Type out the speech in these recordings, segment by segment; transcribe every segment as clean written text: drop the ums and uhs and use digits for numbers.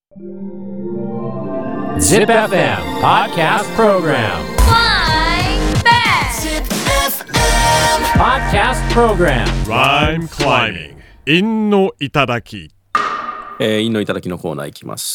Zip FM Podcast Program Flying Back Podcast Program Rhyme climbing 陰の頂き。 陰の頂きのコーナーいきます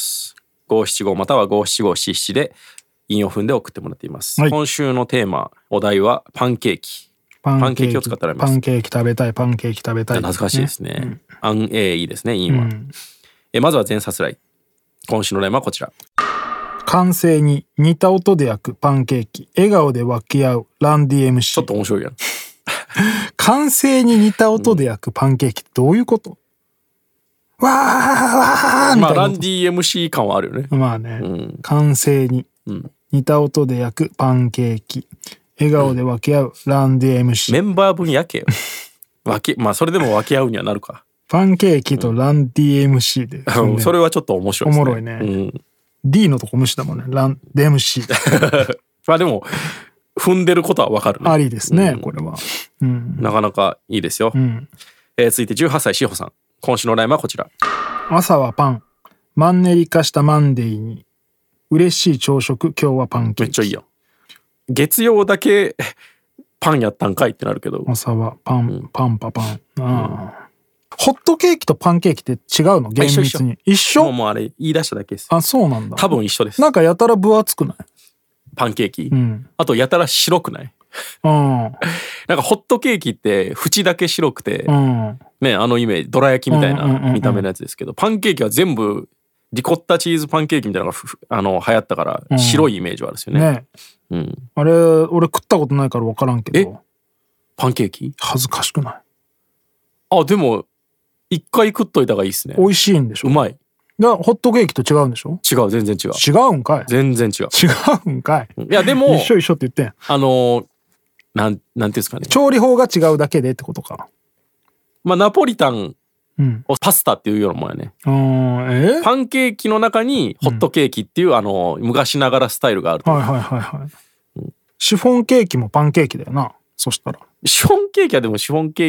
。575または57577で韻を踏んで送ってもらっています、 はい、 今週のテーマお題はパンケーキ。パンケーキを使っておられます。 パンケーキ食べたい、パンケーキ食べたい、 懐かしいですね、アンいいですね韻は、まずは前さすらい。今週のテーマはこちら。 完成に似た音で焼くパンケーキ、笑顔で分け合うランディ MC。 ちょっと面白いやん完成に似た音で焼くパンケーキってどういうこと、わーわーみたいな、 ランディ MC 感はあるよね。 まあね、完成に似た音で焼くパンケーキ、笑顔で分け合うランディ MC、 メンバー分やけよそれでも分け合うにはなるか。 パンケーキとランディ MC で、 それはちょっと面白いですね。 おもろいね、D のとこ無視だもんね、ランデ MC でも踏んでることは分かるね。 ありですね、これは、 なかなかいいですよ、続いて18歳しほさん。今週のラインはこちら。 朝はパン、マンネリ化したマンデーに嬉しい朝食、今日はパンケーキ。 めっちゃいいやん。月曜だけパンやったんかいってなるけど、 朝はパン、パンパパン、ホットケーキとパンケーキって違うの？厳密に一緒？ もうあれ言い出しただけです。 あ、そうなんだ。 多分一緒です。 なんかやたら分厚くない？ パンケーキ、あとやたら白くない？なんかホットケーキって縁だけ白くて、ね、あのイメージどら焼きみたいな見た目のやつですけど、パンケーキは全部リコッタチーズパンケーキみたいなのが流行ったから白いイメージはあるんですよね。 あれ俺食ったことないから分からんけど。 パンケーキ恥ずかしくない？ あ、でも一回食っといた方がいいですね。 美味しいんでしょ？ うまい。 ホットケーキと違うんでしょ？ 違う、全然違う。 違うんかい？ 全然違う。 違うんかい？ いやでも一緒って言ってん。 なんていうんですかね。 調理法が違うだけでってことか。 ナポリタンをパスタっていうようなもんやね。パンケーキの中にホットケーキっていう、昔ながらスタイルがあると。 シフォンケーキもパンケーキだよな。そしたら。 シフォンケーキはでもシフォンケ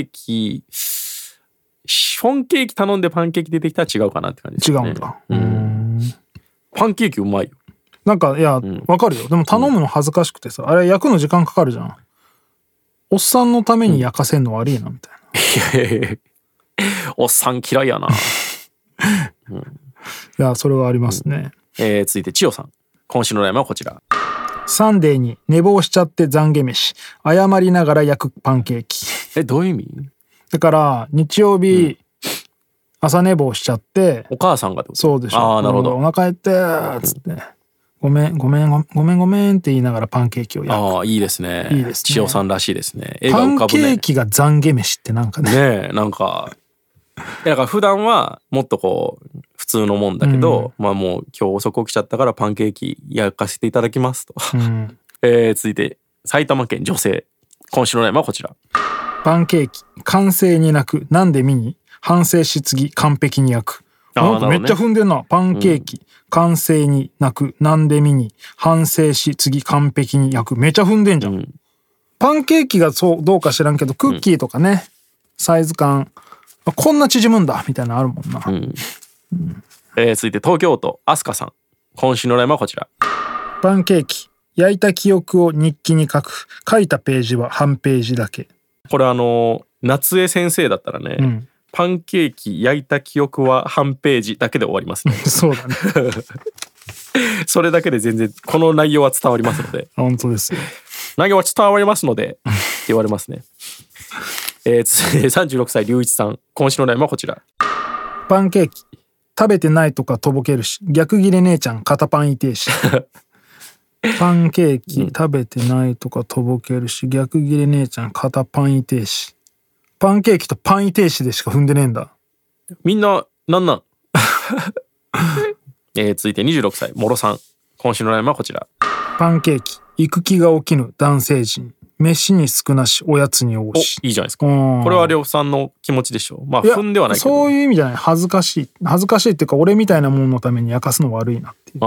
ーキ頼んでパンケーキ出てきたら違うかなって感じですね。 違うんだ。 パンケーキうまいよ。 なんかいや、わかるよ。でも頼むの恥ずかしくてさ、あれ焼くの時間かかるじゃん。おっさんのために焼かせんの悪いなみたいな。 おっさん嫌いやな。 いや、それはありますね。 続いて千代さん。今週のラインはこちら。 サンデーに寝坊しちゃって懺悔飯、謝りながら焼くパンケーキ。 どういう意味？ だから日曜日、朝寝坊しちゃって、 お母さんがってこと？ そうでしょ。 ああ、なるほど。 お腹減ってっつって、ごめんって言いながらパンケーキを焼く。 ああ、いいですね。いいですね。千代さんらしいですね。 パンケーキが懺悔飯ってなんかね。 ねえ、なんかだから普段はもっとこう普通のもんだけど、もう今日遅く起きちゃったからパンケーキ焼かせていただきますと。続いて埼玉県女性。今週のテーマはこちら。 パンケーキ完成に泣く、なんで見に反省し次完璧に焼く。なんかめっちゃ踏んでんな。パンケーキ、完成に泣く、なんで見に反省し次完璧に焼く。めっちゃ踏んでんじゃん。パンケーキがそうどうか知らんけど、クッキーとかね、サイズ感こんな縮むんだみたいなのあるもんな。 続いて東京都アスカさん。今週のラインはこちら。 パンケーキ焼いた記憶を日記に書く、書いたページは半ページだけ。 これ夏江先生だったらね、パンケーキ焼いた記憶は半ページだけで終わりますね。 そうだね。 それだけで全然この内容は伝わりますので。 本当ですよ。 内容は伝わりますのでって言われますね。36歳龍一さん。今週のラインはこちら。 パンケーキ食べてないとかとぼけるし、逆ギレ姉ちゃん肩パン痛えし。パンケーキ食べてないとかとぼけるし、逆ギレ姉ちゃん肩パン痛えし。パンケーキとパン痛えしでしか踏んでねえんだ。 みんななん続いて26歳もろさん。今週のラインはこちら。 パンケーキ行く気が起きぬ男性陣、飯に少なしおやつに多し。 いいじゃないですか。これは呂布さんの気持ちでしょ。踏んではないけど、 そういう意味じゃない。恥ずかしいっていうか、俺みたいなもののために焼かすの悪いなっていう。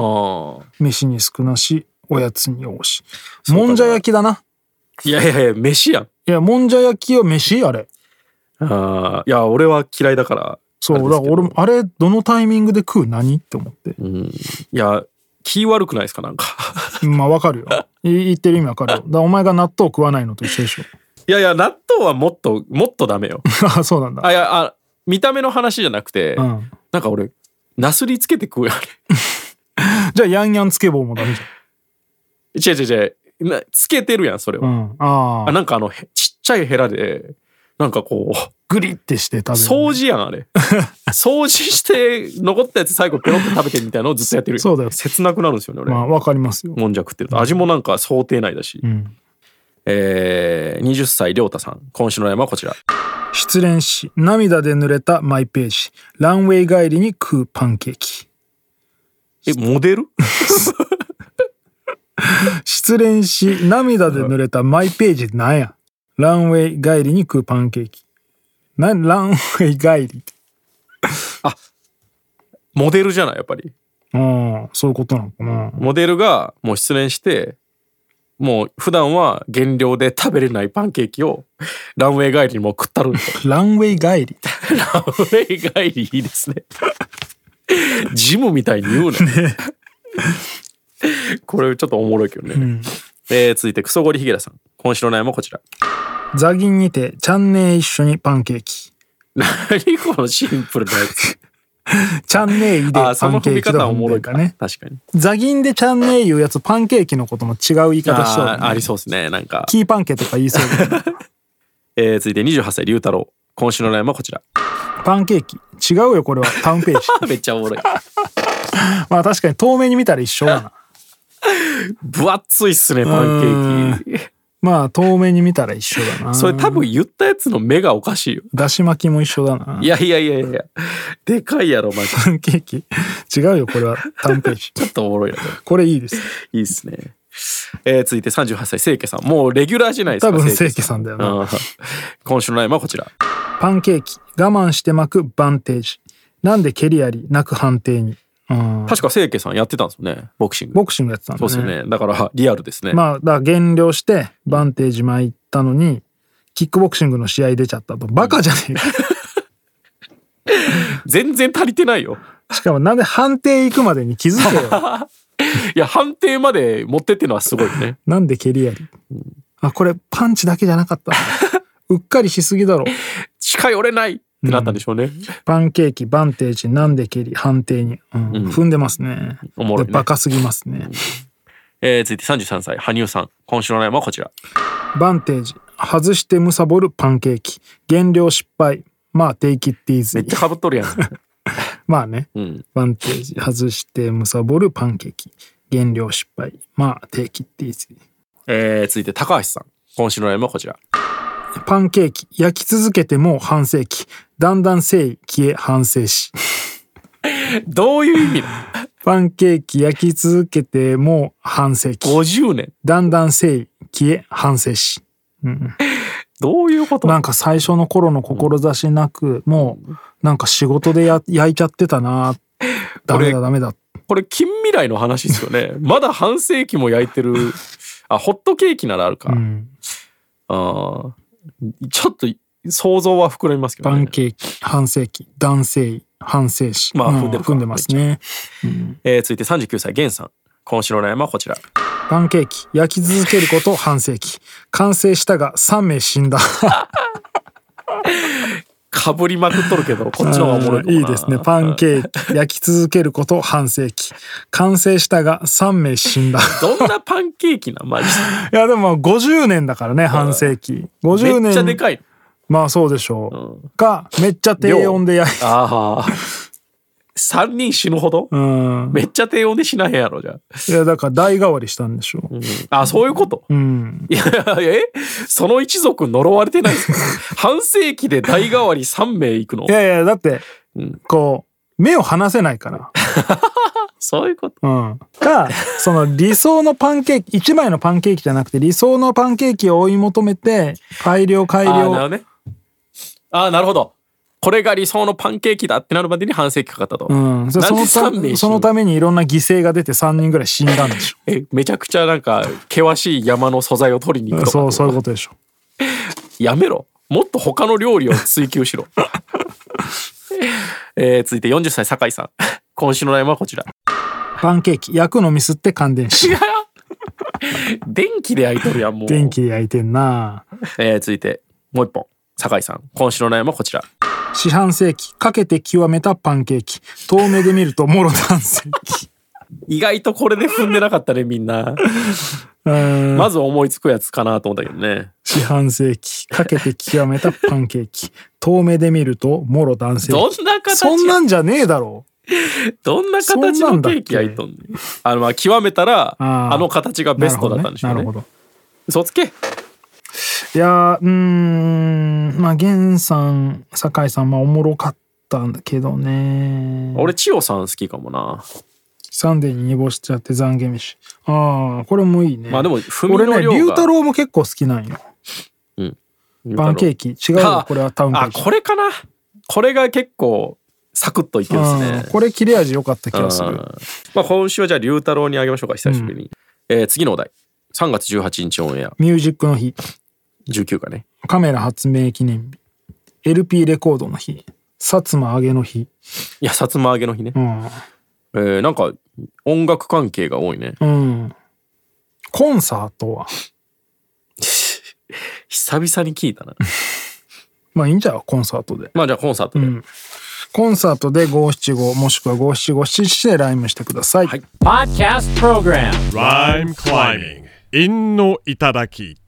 飯に少なしおやつに多し。もんじゃ焼きだな。 いや飯やん。 いや、もんじゃ焼きは飯あれ。 いや俺は嫌いだからそうだから俺もあれどのタイミングで食う何って思って、 いや気悪くないですかなんかまあわかるよ言ってる意味わかるよ。だからお前が納豆食わないのと一緒でしょ。 いやいや納豆はもっとダメよあそうなんだ。 いや見た目の話じゃなくて、なんか俺なすりつけて食うやんじゃあヤンヤンつけ棒もダメじゃん。 違うつけてるやんそれは、なんかちっちゃいヘラでなんかこうグリってして食べる、 掃除やんあれ掃除して残ったやつ最後ペロッと食べてみたいなのをずっとやってる。 そうだよ。 切なくなるんですよね俺。 まあわかりますよ。 もんじゃ食ってると味もなんか想定内だし、20歳りょうたさん今週の山はこちら。 失恋し涙で濡れたマイページランウェイ帰りに食うパンケーキ。 モデル失恋し涙で濡れたマイページってなんや。ランウェイ帰りに食うパンケーキ。ランウェイ帰りってモデルじゃないやっぱり。 そういうことなのかな。 モデルがもう失恋してもう普段は減量で食べれないパンケーキをランウェイ帰りにもう食ったるんだランウェイ帰りランウェイ帰りいいですねジムみたいに言うねこれちょっとおもろいけどね、続いてクソゴリヒゲラさん今週の悩みはこちら。 ザギンにてチャンネー一緒にパンケーキ。 何このシンプルなやつチャンネーでパンケーキと踏んでるかね。 確かにザギンでチャンネーいうやつパンケーキのことも違う言い方しそうだね。 ありそうですねなんかキーパンケとか言いそうだね続いて28歳龍太郎今週の悩みはこちら。 パンケーキ違うよこれはタウンページめっちゃおもろいまあ確かに遠目に見たら一緒だな分厚いっすねパンケーキまあ遠目に見たら一緒だな。 それ多分言ったやつの目がおかしいよ。 だし巻きも一緒だな。 いやでかいやろマジパンケーキ違うよこれはタウンページちょっとおもろいなこれいいです。 いいっすね。続いて38歳清家さんもうレギュラーじゃないですか。 多分清家さんだよな。 今週の悩みはこちら。 パンケーキ我慢して巻くバンテージなんで蹴りあり泣く判定に。 確か清家さんやってたんですよねボクシングやってたんですね。そうですよねだからリアルですね。 まあだから減量してバンテージ巻いたのにキックボクシングの試合出ちゃったと。バカじゃねえか全然足りてないよ。 しかもなんで判定行くまでに気づけよいや判定まで持ってってのはすごいね。 なんで蹴りあり、これパンチだけじゃなかったうっかりしすぎだろ近寄れないってなったんでしょうね、 パンケーキバンテージなんで蹴り判定に、踏んでますね。 おもろいね。 バカすぎますね、 続いて33歳羽生さん今週の悩みはこちら。 バンテージ外して貪るパンケーキ減量失敗まあテイキッティーズめっちゃかぶっとるやんまあね、バンテージ外して貪るパンケーキ減量失敗まあテイキッティーズ。 続いて高橋さん今週の悩みはこちら。 パンケーキ焼き続けてもう半世紀だんだん誠意消え反省しどういう意味だパンケーキ焼き続けてもう半世紀 50年だんだん誠意消え反省し、 どういうこと。 なんか最初の頃の志なく、もうなんか仕事で焼いちゃってたなダメだこれ近未来の話ですよねまだ半世紀も焼いてるホットケーキならあるか、ちょっと想像は膨らみますけどね。 パンケーキ半世紀男性反省しまあ踏んでますね、 続いて39歳源さん今週の悩みはこちら。 パンケーキ焼き続けること半世紀完成したが3名死んだかぶりまくっとるけどこっちの方がおもろいかもな。 いいですね。パンケーキ焼き続けること半世紀完成したが3名死んだどんなパンケーキなマジいやでも50年だからね半世紀50年めっちゃでかい。 まあそうでしょう、かめっちゃ低温で焼いて 3人死ぬほど、めっちゃ低温で死なへんやろじゃあ。 いやだから代替わりしたんでしょう、 そういうこと、いやその一族呪われてないですか半世紀で代替わり3名いくの。 いやだって、こう目を離せないからそういうこと、 かその理想のパンケーキ1枚のパンケーキじゃなくて理想のパンケーキを追い求めて改良なるほどね。なるほど。これが理想のパンケーキだってなるまでに半世紀かかったと。 そのためにいろんな犠牲が出て3人ぐらい死んだんでしょめちゃくちゃなんか険しい山の素材を取りに行くとか。 そういうことでしょやめろ。もっと他の料理を追求しろ続いて40歳酒井さん。今週の悩みはこちら。 パンケーキ焼くのミスって感電死。 電気で焼いとるやんもう。 電気で焼いてんな。 続いてもう一本酒井さん。今週の悩みはこちら。 四半世紀かけて極めたパンケーキ。遠目で見るともろ半世紀。 意外とこれで踏んでなかったねみんな。まず思いつくやつかなと思ったけどね。 四半世紀かけて極めたパンケーキ。遠目で見るともろ男性。 どんな形？ そんなんじゃねえだろう。 どんな形のケーキ焼いとんねん。まあ極めたらあの形がベストだったんでしょうね。 なるほど。 嘘つけ。 いやまあ源さん酒井さんおもろかったんだけどね。 俺千代さん好きかもな。 サンデーに煮干しちゃって懺悔飯。これもいいね。 まあでも踏みの量が俺ね龍太郎も結構好きなんよ。パンケーキ違うよこれはタウンケーキ。 これかな。これが結構サクッといけるですね。 これ切れ味良かった気がする。 まあ今週はじゃあ龍太郎にあげましょうか久しぶりに。次のお題3月18日オンエアミュージックの日 19かね。 カメラ発明記念日 LP レコードの日薩摩揚げの日。 いや薩摩揚げの日ね。なんか音楽関係が多いね。コンサートは久々に聞いたな。 まあいいんじゃんコンサートで。 まあじゃあコンサートで、 コンサートで五七五もしくは五七五七七でライムしてください。 Podcast Program Rhyme climbing 陰の頂き。